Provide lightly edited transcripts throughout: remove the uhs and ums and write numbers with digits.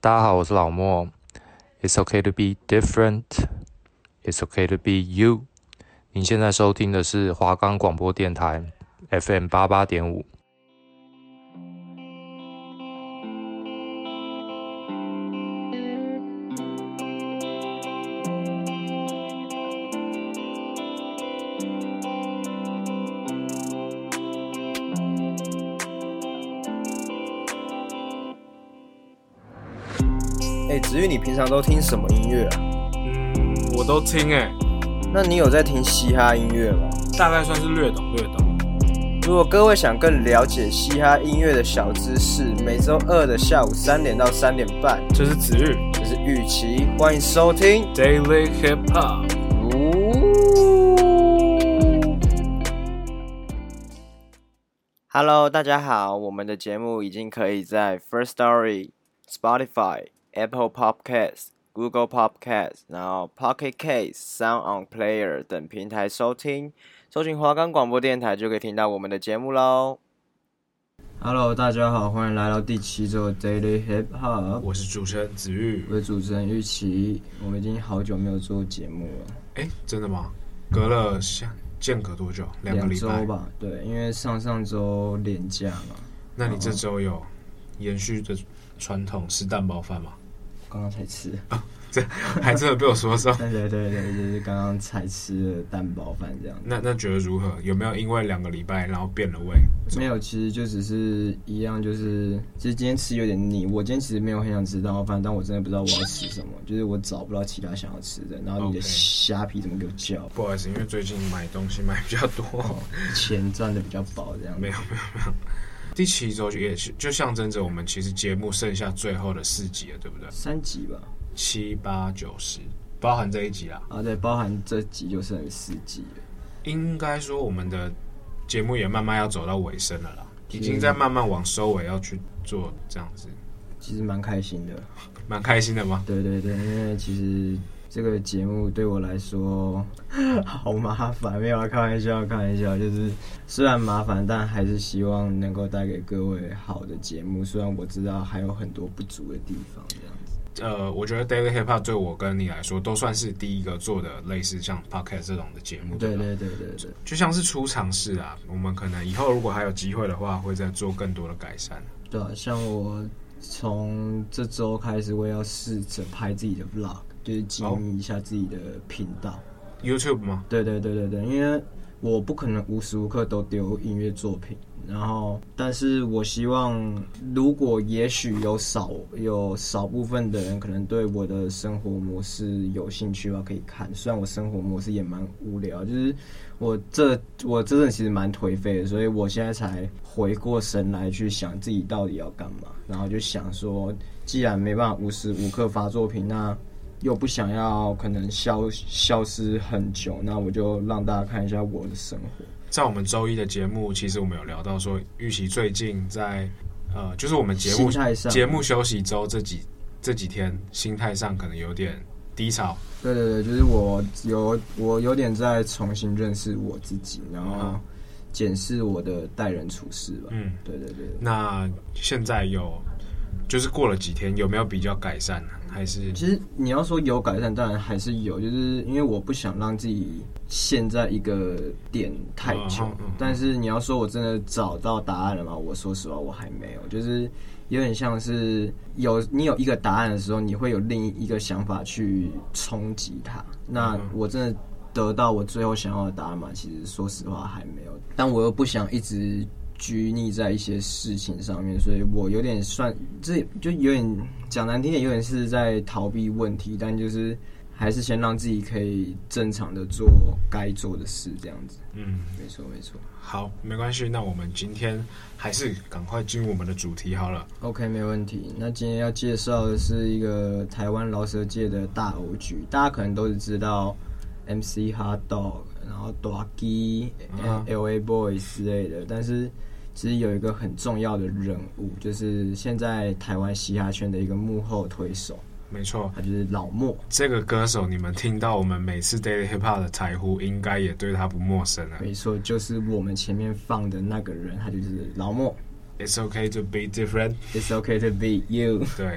大家好，我是老莫。It's okay to be different. It's okay to be you. 您现在收听的是华冈广播电台 FM 88.5。 子玉，你平常都听什么音乐啊？ 我都听那你有在听嘻哈音乐吗？ 大概算是略懂。 如果各位想更了解嘻哈音乐的小知识，每周二的下午3点到3点半， 这是子玉， 这是玉琪，欢迎收听 Daily Hip Hop。 Hello， 大家好，我们的节目已经可以在 First Story、Spotify、Apple Podcasts、Google Podcasts， 然后 Pocket Cast、Sound On Player 等平台收听。搜寻华冈广播电台就可以听到我们的节目喽。Hello， 大家好，欢迎来到第7周的 Daily Hip Hop。 我是主持人子玉， 我是主持人玉琪。我们已经好久没有做节目了。 真的吗？隔了间隔多久？2个礼拜？2 周吧。对，因为上周连假嘛。 那你这周有延续的传统吃蛋包饭吗？ 刚刚才吃。 这还真的被我说中。 对，就是刚刚才吃的蛋包饭这样子。 那觉得如何？有没有因为2个礼拜然后变了味？ 没有，其实就只是一样，其实今天吃有点腻。我今天其实没有很想吃蛋包饭，但我真的不知道我要吃什么，就是我找不到其他想要吃的。然后你的虾皮怎么给我叫？ 不好意思，因为最近买东西买比较多， 钱赚的比较饱这样子。 没有。第7周也就象征着我们其实节目剩下最后的4集了，对不对 ？3集吧。 7、8、9、10，包含这一集啦。 对，包含这集就剩4集了。 应该说我们的节目也慢慢要走到尾声了啦，已经在慢慢往收尾要去做这样子。 其实蛮开心的。 蛮开心的吗？ 对，因为其实这个节目对我来说好麻烦，没有开玩笑，就是虽然麻烦，但还是希望能够带给各位好的节目。虽然我知道还有很多不足的地方，这样子。 我觉得 Daily Hip Hop 对我跟你来说都算是第一个做的类似像 Podcast 这种的节目。对，就像是初尝试啊。我们可能以后如果还有机会的话，会再做更多的改善。 对啊，像我从这周开始，我也要试着拍自己的 Vlog， 就是经营一下自己的频道。 YouTube 吗？ 对，因为我不可能无时无刻都丢音乐作品。然后，但是我希望，如果也许有少部分的人可能对我的生活模式有兴趣的话，可以看。虽然我生活模式也蛮无聊，就是我真的其实蛮颓废的，所以我现在才回过神来去想自己到底要干嘛。然后就想说，既然没办法无时无刻发作品，那又不想要可能消失很久，那我就让大家看一下我的生活。 在我们周一的节目，其实我们有聊到说，玉琪最近在就是我们节目休息周这几天，心态上可能有点低潮。 对，就是我有点在重新认识我自己，然后检视我的待人处事吧。对。 那现在就是过了几天，有没有比较改善呢？还是其实你要说有改善，当然还是有，就是因为我不想让自己陷在一个点太久。但是你要说我真的找到答案了吗？我说实话，我还没有。就是有点像是你有一个答案的时候，你会有另一个想法去冲击它。那我真的得到我最后想要的答案吗？其实说实话还没有。但我又不想一直拘泥在一些事情上面，所以我有点这就有点讲难听点，有点是在逃避问题，但就是还是先让自己可以正常的做该做的事，这样子。没错。 好，没关系。那我们今天还是赶快进入我们的主题好了。 OK， 没问题。那今天要介绍的是一个台湾饶舌界的大偶局，大家可能都是知道 MC Hot Dog， 然后大基、LA Boys 之类的，但是其实有一个很重要的人物，就是现在台湾嘻哈圈的一个幕后推手。 没错， 他就是老莫。 这个歌手，你们听到我们每次 Daily Hip Hop 的台呼，应该也对他不陌生了。 没错，就是我们前面放的那个人，他就是老莫。 It's okay to be different. It's okay to be you. 对，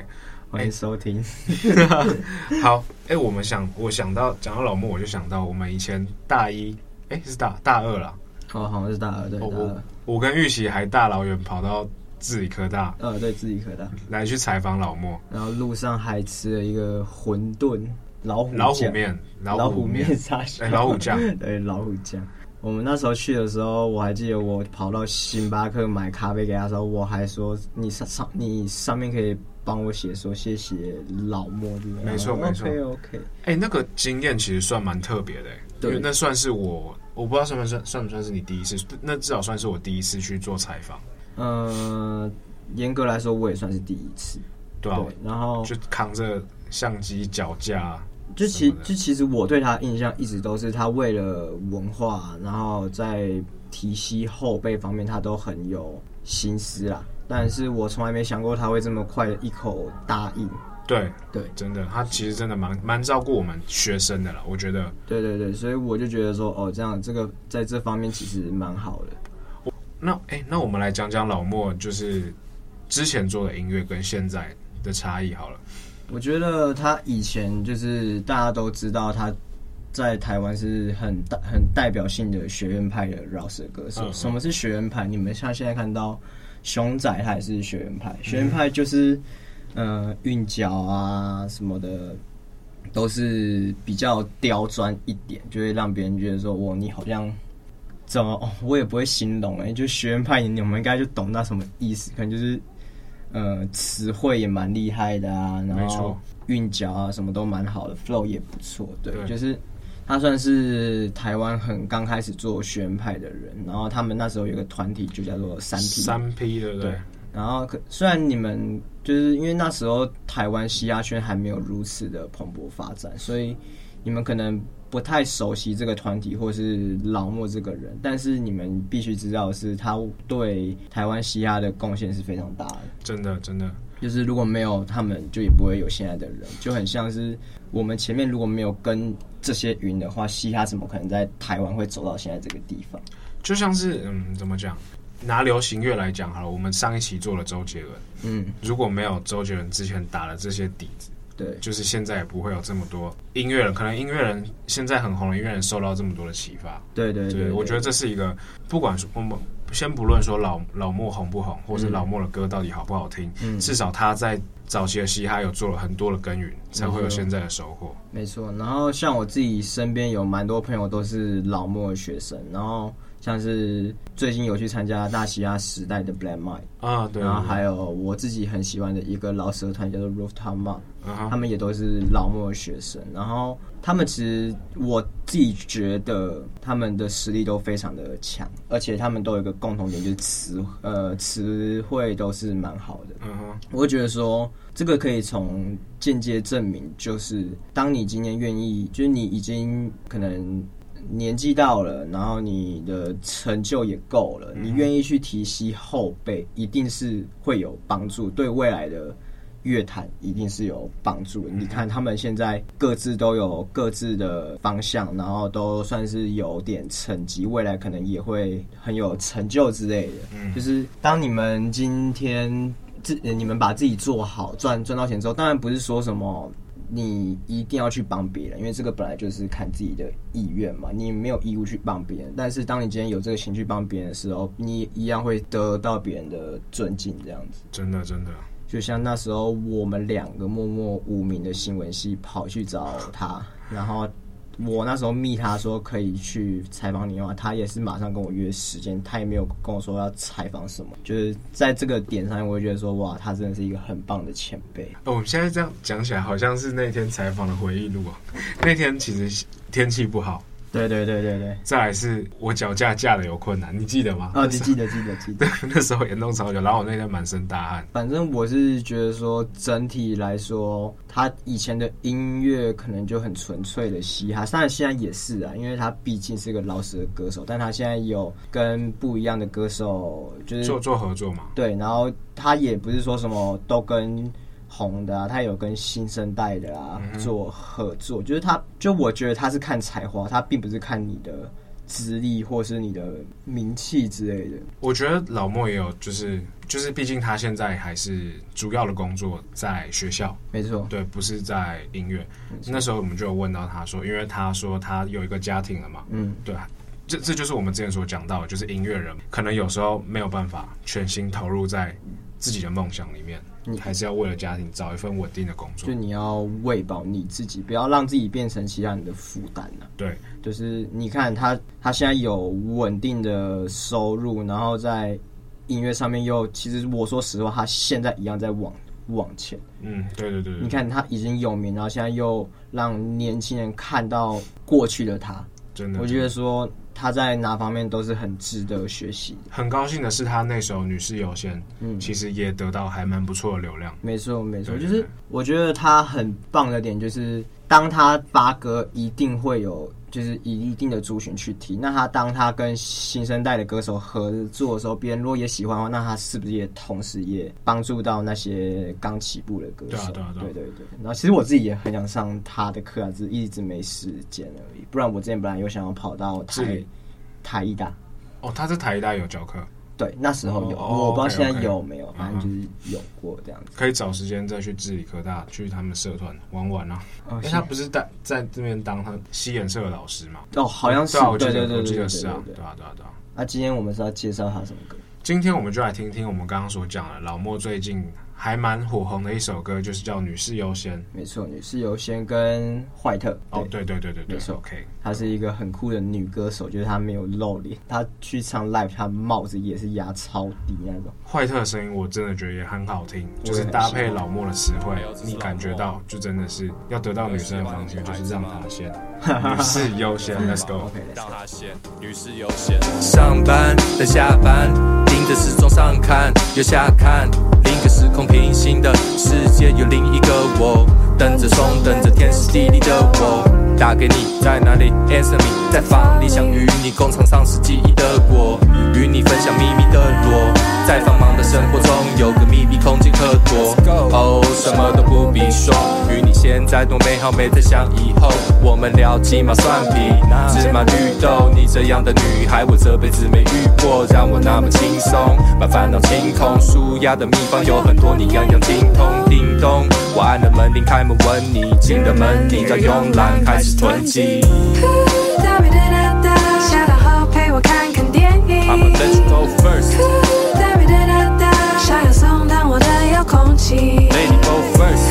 欢迎收听。 好，我想到讲到老莫，我就想到我们以前大一，是大二啦。 好像是大二，对。 我跟玉琪还大老远跑到致理科大， 对，致理科大来去采访老莫， 然后路上还吃了一个馄饨。老虎面， 老虎酱，对，老虎酱。我们那时候去的时候，我还记得我跑到星巴克买咖啡给他的时候，我还说你上面可以帮我写说谢谢老莫，对不对？ 没错没错 ，OK。 那个经验其实算蛮特别的，因为那算是我不知道算不算是你第一次，那至少算是我第一次去做采访。 严格来说，我也算是第一次。 对啊， 然后就扛着相机脚架。 其实我对他的印象一直都是他为了文化，然后在提携后辈方面他都很有心思啦。但是我从来没想过他会这么快的一口答应。 对，真的，他其实真的蛮照顾我们学生的啦，我觉得。 对，所以我就觉得说，这样这个在这方面其实蛮好的。 那我们来讲讲老莫，就是之前做的音乐跟现在的差异好了。 我觉得他以前就是大家都知道他在台湾是很代表性的学院派的饶舌歌手。什么是学院派？你们像现在看到熊仔他也是学院派。学院派就是韵脚啊什么的都是比较刁钻一点，就会让别人觉得说你好像怎么我也不会形容就学院派你们应该就懂那什么意思，可能就是词汇也蛮厉害的啊，然后韵脚啊什么都蛮好的 ，flow 也不错，对，就是他算是台湾很刚开始做学院派的人，然后他们那时候有个团体就叫做3P， 对不对？ 然后虽然你们就是因为那时候台湾嘻哈圈还没有如此的蓬勃发展，所以你们可能不太熟悉这个团体或是老莫这个人，但是你们必须知道的是他对台湾嘻哈的贡献是非常大的。 真的， 就是如果没有他们，就也不会有现在的人。就很像是我们前面如果没有跟这些云的话，嘻哈怎么可能在台湾会走到现在这个地方？ 就像是怎么讲？拿流行乐来讲好了，我们上一期做了周杰伦，如果没有周杰伦之前打了这些底子。对，就是现在也不会有这么多音乐人，可能音乐人现在很红的音乐人受到这么多的启发。对，我觉得这是一个，不管说我们先不论说老莫红不红，或是老莫的歌到底好不好听，至少他在早期的嘻哈有做了很多的耕耘，才会有现在的收获。 没错，然后像我自己身边有蛮多朋友都是老莫的学生，然后像是最近有去参加大嘻哈时代的 Black Mike 啊，对， 然后还有我自己很喜欢的一个老舌团叫做 Rooftop Monk，他们也都是老莫的学生，然后他们其实我自己觉得他们的实力都非常的强，而且他们都有一个共同点，就是词汇都是蛮好的。我会觉得说这个可以从间接证明，就是当你今天愿意，就是你已经可能年纪到了，然后你的成就也够了，你愿意去提携后辈，一定是会有帮助，对未来的乐坛一定是有帮助的。你看他们现在各自都有各自的方向，然后都算是有点成绩，未来可能也会很有成就之类的。就是当你们今天你们把自己做好，赚到钱之后，当然不是说什么你一定要去帮别人，因为这个本来就是看自己的意愿嘛，你没有义务去帮别人。但是当你今天有这个心去帮别人的时候，你一样会得到别人的尊敬，这样子。 真的， 就像那时候我们两个默默无名的新闻系跑去找他，然后我那时候密他说可以去采访你的话，他也是马上跟我约时间，他也没有跟我说要采访什么。就是在这个点上，我会觉得说哇，他真的是一个很棒的前辈。 我们现在这样讲起来，好像是那天采访的回忆录啊。那天其实天气不好。 对。 再来是我脚架架的有困难，你记得吗？ 你记得。 对，那时候严重超久，然后我那天满身大汗。 反正我是觉得说，整体来说，他以前的音乐可能就很纯粹的嘻哈，当然现在也是啊，因为他毕竟是个老实的歌手，但他现在有跟不一样的歌手就是做合作嘛。 对，然后他也不是说什么都跟红的啊，他有跟新生代的做合作，就是我觉得他是看才华，他并不是看你的资历或是你的名气之类的。 我觉得老莫也有，就是毕竟他现在还是主要的工作在学校， 没错， 对，不是在音乐。那时候我们就有问到他说，因为他说他有一个家庭了嘛，对，这就是我们之前所讲到的，就是音乐人可能有时候没有办法全心投入在自己的梦想里面，你还是要为了家庭找一份稳定的工作， 就你要喂饱你自己，不要让自己变成其他人的负担啊。 对， 就是你看他现在有稳定的收入，然后在音乐上面又，其实我说实话，他现在一样在往前。 对。 你看他已经有名，然后现在又让年轻人看到过去的他， 真的， 我觉得说他在哪方面都是很值得学习的。 很高兴的是，他那首《女士优先》其实也得到还蛮不错的流量。 没错，就是我觉得他很棒的点就是，当他发歌一定会有。就是以一定的族群去听，那当他跟新生代的歌手合作的时候，别人如果也喜欢的话，那他是不是也同时也帮助到那些刚起步的歌手？对。然后其实我自己也很想上他的课啊，只是一直没时间而已。不然我之前本来有想要跑到台艺大。 哦，他在台艺大有教课。 对，那时候有，我不知道现在有没有，反正就是有过这样子。 可以找时间再去致理科大，去他们社团玩玩啊。因为他不是在这边当他西演社的老师嘛？ 哦，好像是，对， 我记得是啊，对啊。 那今天我们是要介绍他什么歌？ 今天我们就来听听我们刚刚所讲的老莫最近还蛮火红的一首歌，就是叫《女士优先》。 没错，《女士优先》跟坏特。 对， 没错。 OK， 她是一个很酷的女歌手，就是她没有露脸，她去唱 live， 她帽子也是压超低那种。 坏特的声音我真的觉得也很好听，就是搭配老莫的词汇，你感觉到就真的是要得到女生的方式，就是让她先。女士优先 ，Let's go。 让她先，女士优先。上班等下班，盯着时钟上看，右下看，另一个时空平行的世界有另一个我，等着送，等着天时地利的我。打给你，在哪里 ？Answer me， 在房里想与你共尝丧失记忆的果，与你分享秘密的裸，在繁忙的生活中有个密闭空间可躲。哦，什么都不必说，与你现在多美好，没在想以后。我们聊鸡毛蒜皮，芝麻绿豆，你这样的女孩我这辈子没遇过，让我那么轻松，把烦恼清空。舒压的秘方有很多，你样样精通。叮咚，我按了门铃，开门问你，进了门你要慵懒开始囤积。 下班后陪我看看电影。 I'ma let you go first。 想要松荡我的遥控器。 Lady go first。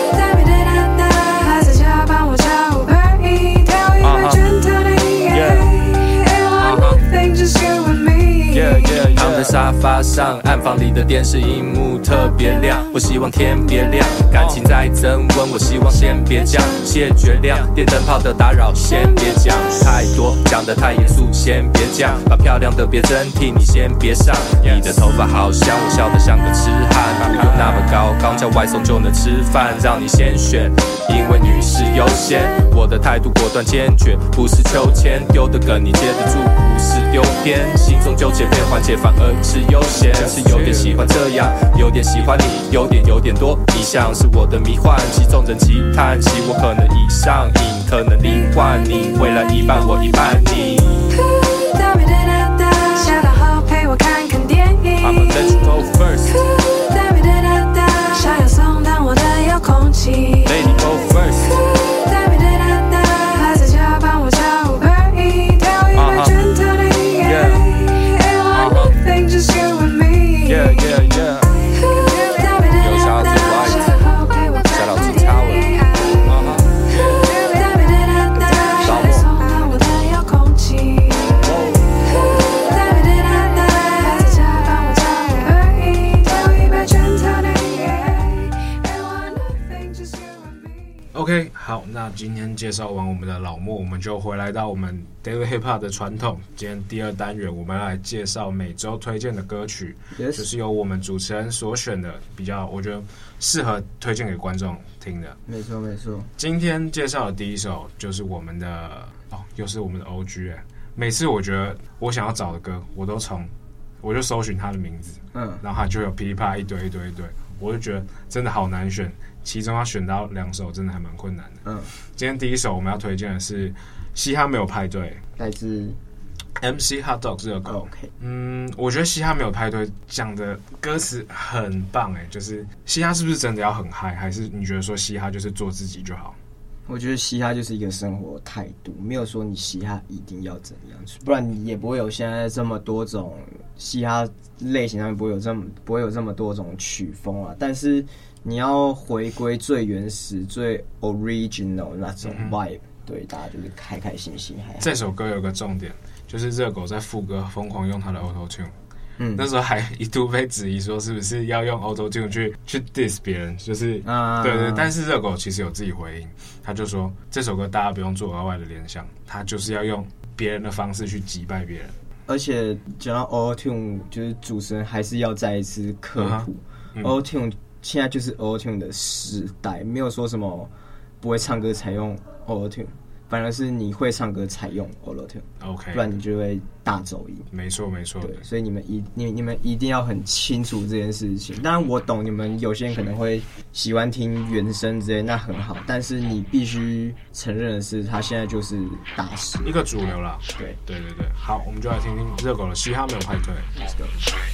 还在家帮我叫 Uber Eats， 挑一杯卷头的，Anything just you and me。 躺在沙发上，暗房里的电视荧幕特别亮，我希望天别亮，感情在增温，我希望先别讲，谢绝亮，电灯泡的打扰先别讲，太多讲得太严肃先别讲，把漂亮的别针替你先别上，你的头发好香，我笑得像个痴汉，不用那么高刚叫外送就能吃饭，让你先选，因为女士优先，我的态度果断坚决，不是秋千丢的梗你接得住，不是丢偏，心中纠结变缓解，反而是悠闲，是有点喜欢这样，有点喜欢你，有点多，你像是我的迷幻剂，众人奇叹气，我可能已上瘾，可能罹患你，未来一半我一半你。 下班后陪我看看电影。 I'ma let you go first。 想要松荡我的遥控器。 Lady go first。 还在家帮我叫 Uber Eats， 挑一杯卷头的，Anything just you and me。 Yo, shout out to White， shout out to Tower。 OK， 好，那今天介绍完我们的老莫，我们就回来到我们 Daily Hip Hop 的传统。今天第二单元，我们来介绍每周推荐的歌曲，就是由我们主持人所选的，比较我觉得适合推荐给观众听的。 没错。 今天介绍的第一首就是我们的又是我们的 OG 每次我觉得我想要找的歌，我就搜寻他的名字，然后他就有噼里啪啦一堆，我就觉得真的好难选。其中要选到2首真的还蛮困难的。今天第一首我们要推荐的是嘻哈没有派对， 来自 MC Hot Dog 热狗。 OK， 我觉得嘻哈没有派对讲的歌词很棒就是嘻哈是不是真的要很嗨，还是你觉得说嘻哈就是做自己就好？ 我觉得嘻哈就是一个生活态度，没有说你嘻哈一定要怎样，不然你也不会有现在这么多种嘻哈类型上面不会有这么多种曲风啊。但是你要回归最原始、最 original 那种 vibe，对，大家就是开开心心。 这首歌有个重点，就是热狗在副歌疯狂用他的 Auto Tune。那时候还一度被质疑说是不是要用 Auto Tune 去 diss 别人，就是对，但是热狗其实有自己回应，他就说这首歌大家不用做额外的联想，他就是要用别人的方式去击败别人。 而且讲到 Auto Tune， 就是主持人还是要再一次科普，Auto Tune 现在就是 Auto Tune 的时代，没有说什么不会唱歌才用 Auto Tune。反而是你会唱歌才用 Auto Tune， 不然你就会大走音。 没错， 对，所以你们一定要很清楚这件事情。当然我懂你们有些人可能会喜欢听原声之类，那很好。但是你必须承认的是，他现在就是大师， 一个主流啦。对。好，我们就来听听热狗的嘻哈没有派对。Let's go。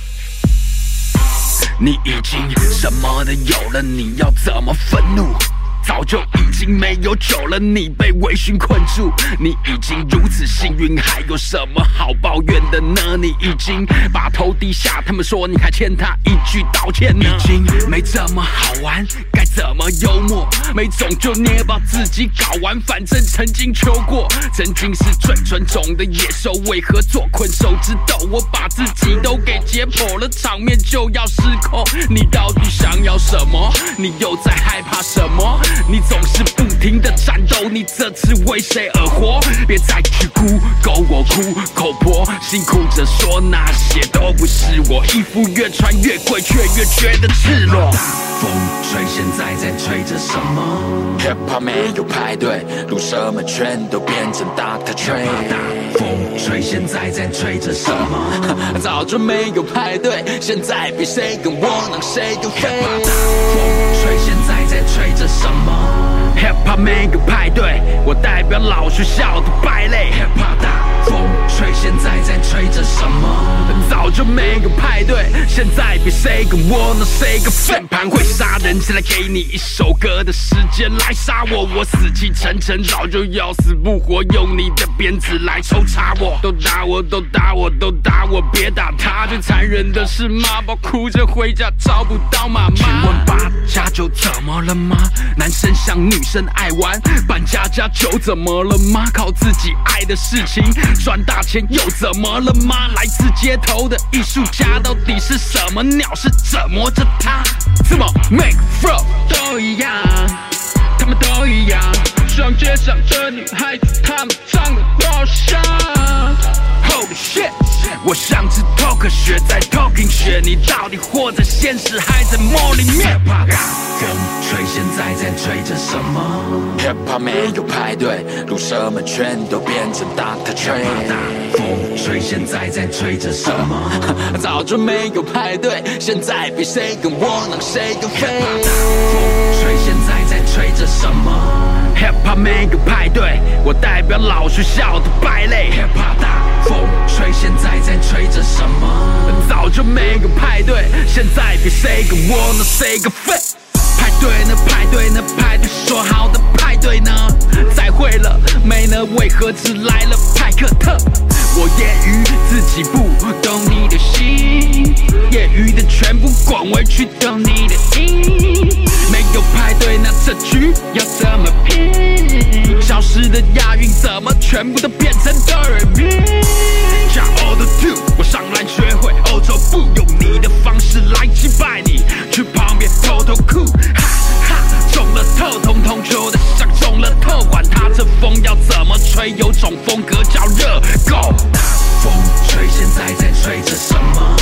你已经什么都有了，你要怎么愤怒？早就已经没有酒了，你被微醺困住，你已经如此幸运，还有什么好抱怨的呢？你已经把头低下，他们说你还欠他一句道歉呢。已经没这么好玩，该怎么幽默？没种就捏把自己搞完，反正曾经求过，曾经是最纯种的野兽，为何做困兽之斗？我把自己都给解剖了，场面就要失控。你到底想要什么？你又在害怕什么？你总是不停的战斗，你这次为谁而活？别再去哭，狗我哭，口婆辛苦着说那些都不是我，衣服越穿越贵，却越觉得赤裸。风吹，现在在吹着什么 ？Hip Hop 没有派对，录什么全都变成 Dr. Dre。风吹，现在在吹着什么？早就没有派对，现在比谁更窝囊，谁更废。风吹，现在在吹着什么 ？Hip Hop 没有派对，我代表老学校的败类。Hip Hop 大风吹，现在在吹着什么？早就没有派对，现在比谁更窝囊，谁更废。键盘会杀人，现在给你一首歌的时间来杀我，我死气沉沉，早就要死不活，用你的鞭子来抽查我。都打我，都打我，都打我，别打他。最残忍的是妈宝哭着回家找不到妈妈。请问八加九怎么了吗？男生像女生爱玩，扮家家酒怎么了吗？靠自己爱的事情赚大钱又怎么了吗？来自街头的艺术家到底是什么鸟？是折磨着他？怎么 make flow 都一样，他们都一样。上街上的女孩子，她们长得多像。Holy shit！ 我像只偷科学在 talking 学，你到底活在现实还在梦里面？风吹，现在在吹着什么 ？Hip Hop 没有派对，录什么全都变成 Dr. Dre。风吹，现在在吹着什么？早就没有派对，现在比谁更窝囊，谁更废。风吹，现在在吹着什么 ？Hip Hop 没有派对，我代表老学校的败类。Hip Hop 大风吹，现在在吹着什么？早就没有派对，现在比谁更窝囊，谁更废。派对呢？派对呢？派对说好的派对呢？再会了没呢？为何只来了派克特？我业余自己不懂你的心，业余的全部滚回去懂你的音。没有派对，那这局要怎么拼？消失的押韵怎么全部都变成哆来咪？加 Auto Tune， 我上来学会欧洲步，用你的方式来击败你，去旁边偷偷哭，哈哈，中了透，通通球的像中了透，管他这风要怎么吹，有种风格叫热狗。大风吹，现在在吹着什么？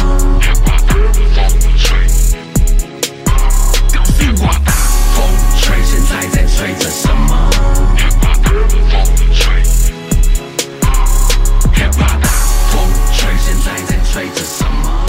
告诉我，大风吹，现在在吹着什么？Hip Hop 大风吹，现在在吹着什么？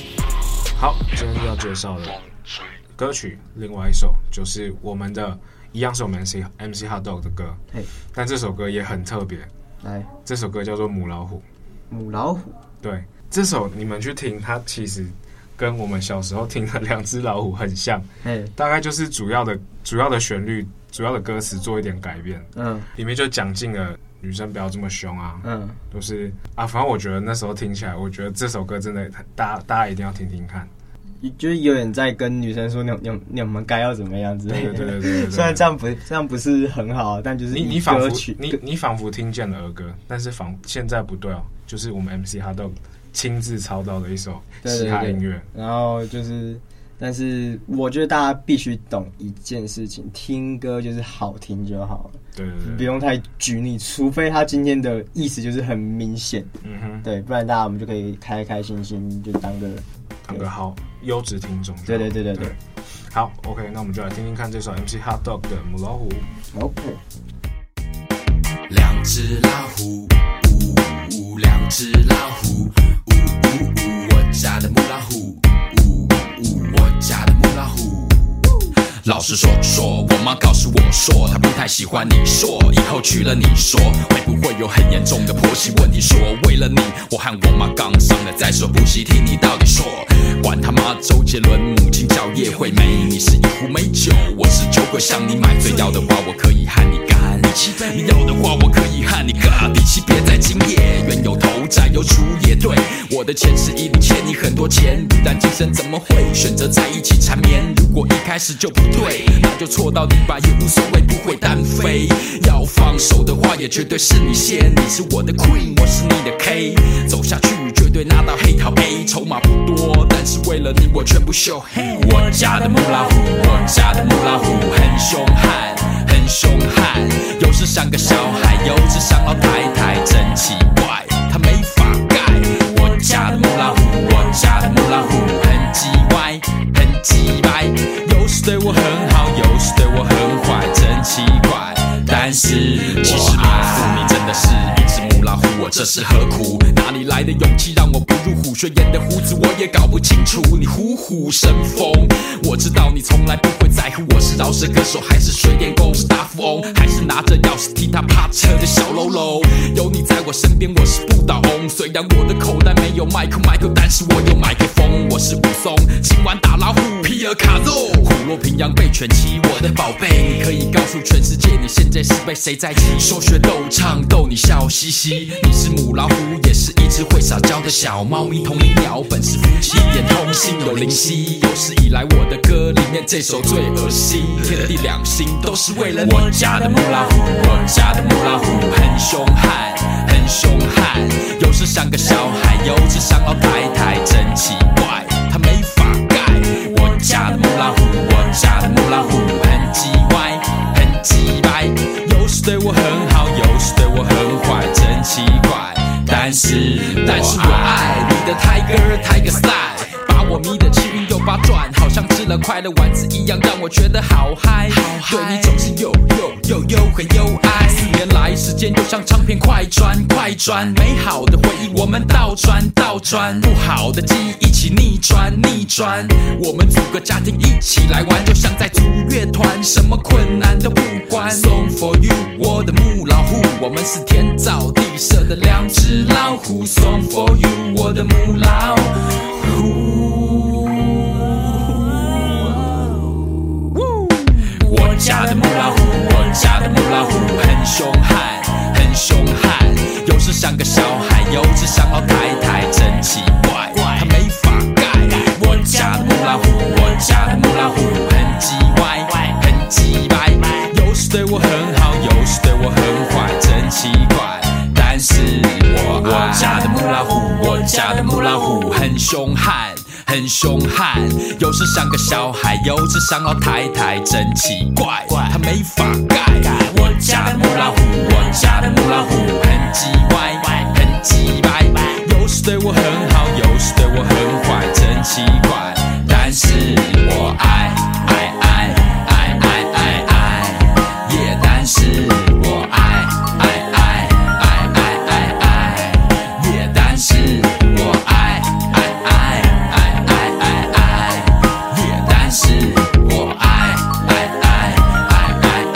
好，今天要介绍的歌曲，另外一首就是我们的一样是我们 MC Hot Dog 的歌，但这首歌也很特别。来，这首歌叫做《母老虎》。 母老虎， 对，这首你们去听，它其实跟我们小时候听的《两只老虎》很像，大概就是主要的旋律、主要的歌词做一点改变，里面就讲尽了女生不要这么凶啊，都是啊，反正我觉得那时候听起来，我觉得这首歌真的大家一定要听听看。 就是有点在跟女生说你们该要怎么样之类的。 对。 虽然这样不是很好，但就是你仿佛听见了儿歌，但是现在不对哦，就是我们 MC Hot Dog 亲自操刀的一首嘻哈音乐。 然后就是，但是我觉得大家必须懂一件事情，听歌就是好听就好了。对，不用太拘泥，除非他今天的意思就是很明显，对，不然我们就可以开开心心就当个好优质听众。 对。 好 ，OK， 那我们就来听听看这首 MC Hot Dog 的《母老虎》。 OK。 两只老虎，两只老虎，我家的母老虎，我家的母老虎。老实说，我妈告诉我说，她不太喜欢你说，以后娶了你说，会不会有很严重的婆媳问题？说为了你，我和我妈刚上了再说补习，听你到底说，管他妈周杰伦母亲叫叶惠美，你是一壶美酒，我是酒鬼向你买醉，要的话我可以和你干一起杯，你要的话我可以和你尬底气，别在今夜，冤有头债有主也对，我的前世一定欠你很多钱，不然今生怎么会选择在一起缠绵？如果一开始就不对，那就错到底吧，也无所谓，不会单飞。要放手的话，也绝对是你先。你是我的 queen， 我是你的 K， 走下去绝对拿到黑桃 A。筹码不多，但是为了你我全部秀。我家的母老虎，我家的母老虎很凶悍，很凶悍。有时像个小孩，有时像老太太，真奇怪，他没法改。我家的母老虎，我家的母老虎很叽歪，很鸡掰。有时对我很好，有时对我很坏，真奇怪。但是其实老虎，你真的是一只母老虎，我这是何苦？哪里来的勇气让我不入虎？学演的胡子我也搞不清楚，你虎虎生风。我知道你从来不会在乎我是饶舌歌手，还是水电工，是大富翁，还是拿着钥匙踢他趴车的小喽啰。有你在我身边，我是不倒翁。虽然我的口袋没有麦克，但是我有麦克风。我是武松，今晚打老虎，皮尔卡肉，虎落平阳被犬欺，我的宝贝，你可以告诉全世界，你现在是被谁在欺？说学逗唱逗你笑嘻嘻，你是母老虎，也是一只会撒娇的小猫咪，同林鸟本是夫妻，眼通心有灵犀。有史以来我的歌里面这首最恶心，天地两心都是为了你。我家的母老虎，我家的母老虎很凶悍，很凶悍。有时像个小孩，有时像老太太，真奇怪，他没法改。我家的母老虎，我家的母老虎很叽歪，很鸡掰。有时对我很好，有时对我很坏，真奇怪。但是我爱你的 Tiger Style， 把我迷得七晕又八转，好像吃了快乐丸子一样，让我觉得好嗨。对你总是又很有爱。4年来时间就像唱片快转，美好的回忆我们倒转，不好的记忆一起逆转。我们组个家庭一起来玩，就像在组乐团，什么困难都不管。Song for you， 我的母老虎，我们是天造地设的两只老虎。Song for you， 我的母老虎。我家的母老虎，我家的母老虎很凶悍，很凶悍。有时像个小孩，有时像老太太，真奇怪，他没法改。我家的母老虎，我家的母老虎很叽歪，很鸡掰。有时对我很好，有时对我很坏，真奇怪。但是我家的母老虎，我家的母老虎很凶悍，很凶悍。有时像个小孩，有时像老太太，真奇怪，他没法改。我家的母老虎，我家的母老虎很叽歪，很鸡掰。有时对我很好，有时对我很坏，真奇怪。但是我爱，也但是我爱，也但是我爱，也但是我爱。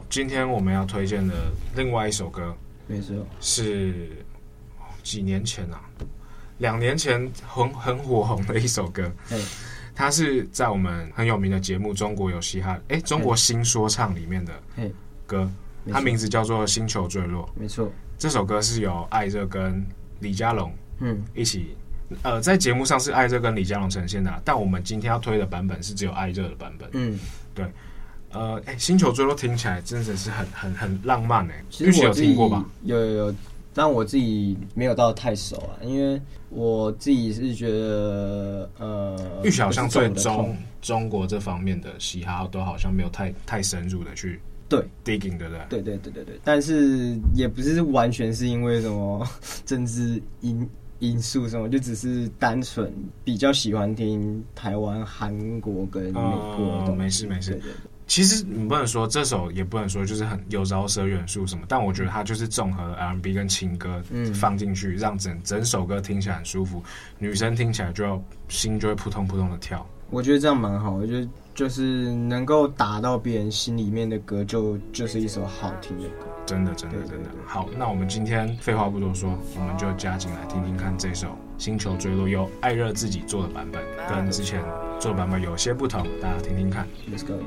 今天我们要推荐的另外一首歌， 没错， 是几年前啊，2年前很火红的一首歌。它是在我们很有名的节目《中国有嘻哈》中国新说唱里面的歌，它名字叫做《星球坠落》。 没错，这首歌是由艾热跟李佳隆一起。在节目上是艾热跟李佳隆呈现的，但我们今天要推的版本是只有艾热的版本。对。星球坠落听起来真的是很浪漫哎。 其实我自己有听过吧？ 有，但我自己没有到太熟啊，因为我自己是觉得玉璇好像对中国这方面的嘻哈都好像没有太深入的去digging， 对不对？ 对，但是也不是完全是因为什么政治因素什么，就只是单纯比较喜欢听台湾、韩国跟美国的东西。 没事。 对。 其实你不能说这首，也不能说就是很有饶舌元素什么，但我觉得它就是综合 R&B 跟情歌放进去，让整首歌听起来很舒服，女生听起来心就会扑通扑通的跳。 我觉得这样蛮好，我觉得就是能够打到别人心里面的歌，就是一首好听的歌。真的。 好，那我们今天废话不多说，我们就加进来听听看这首《星球坠落》由艾热自己做的版本，跟之前做的版本有些不同，大家听听看。 Let's go。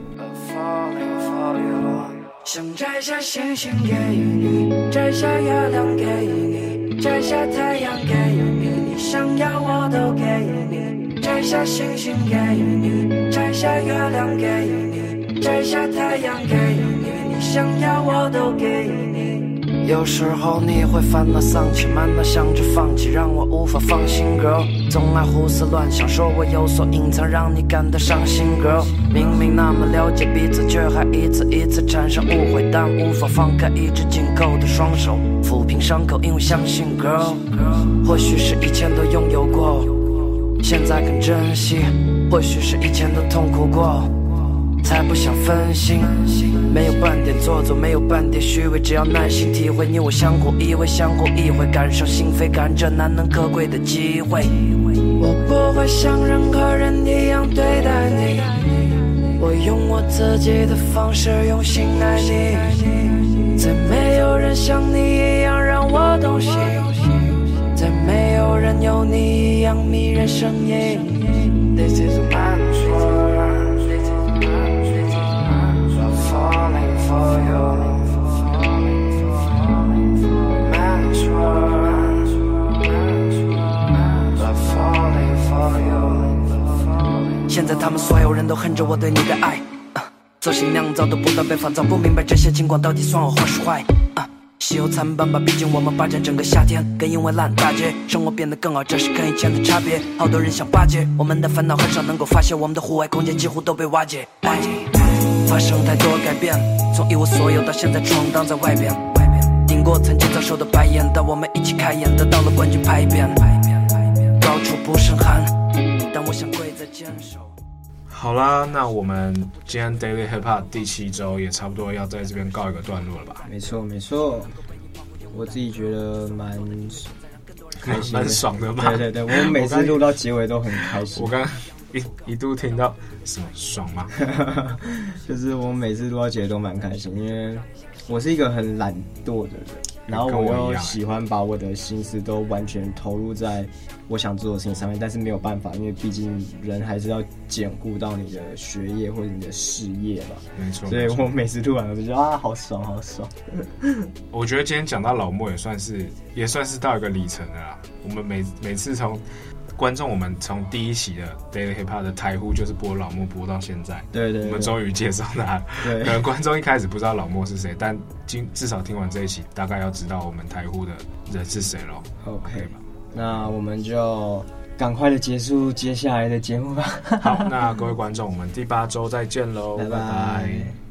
想摘下星星给你，摘下月亮给你，摘下太阳给你，你想要我都给你。摘下星星给你，摘下月亮给你，摘下太阳给你，你想要我都给你。有时候你会烦恼丧气，慢慢想着放弃，让我无法放心 girl， 总爱胡思乱想，说我有所隐藏，让你感到伤心 girl。 明明那么了解彼此，却还一次一次产生误会，但无法放开一直紧扣的双手，抚平伤口，因为相信 girl。 或许是以前都拥有过，现在更珍惜，或许是以前都痛苦过，才不想分心，没有半点做作，没有半点虚伪，只要耐心体会，你我相互依偎，相互意会，感受心扉，感这难能可贵的机会。我不会像任何人一样对待你，我用我自己的方式用心爱你，再没有人像你一样让我动心，再没有人有你一样迷人声音。This is a man's world, I'm falling for you. Man's world, I'm falling for you. 现在他们所有人都恨着我对你的爱，做新娘早都不断被放早，不明白这些情况到底算好或是坏。喜忧参半吧，毕竟我们霸占整个夏天，更因为烂大街，生活变得更好，这是跟以前的差别。好多人想巴结我们的烦恼，很少能够发现我们的户外空间几乎都被瓦解。发生太多改变，从一无所有到现在闯荡在外边，顶过曾经遭受的白眼，到我们一起开演，得到了冠军拍遍。高处不胜寒，但我想跪在坚守。 好啦，那我们今天 Daily Hip Hop 第7周也差不多要在这边告一个段落了吧？ 没错，我自己觉得蛮开心， 蛮爽的嘛。 对，我们每次录到结尾都很开心。 我刚一度听到什么爽吗？ 就是我每次录到结尾都蛮开心，因为我是一个很懒惰的人，然后我又喜欢把我的心思都完全投入在我想做的事情上面，但是没有办法，因为毕竟人还是要兼顾到你的学业或者你的事业嘛。 没错， 所以我每次录完我就觉得好爽。 我觉得今天讲到老莫也算是到一个里程了啦。我们每次从观众，我们从第一期的 Daily Hip Hop 的台呼就是播老莫播到现在，对，我们终于介绍他了。对，可能观众一开始不知道老莫是谁，但至少听完这一期，大概要知道我们台呼的人是谁咯。OK 吧？那我们就赶快的结束接下来的节目吧。好，那各位观众，我们第8周再见喽，拜拜。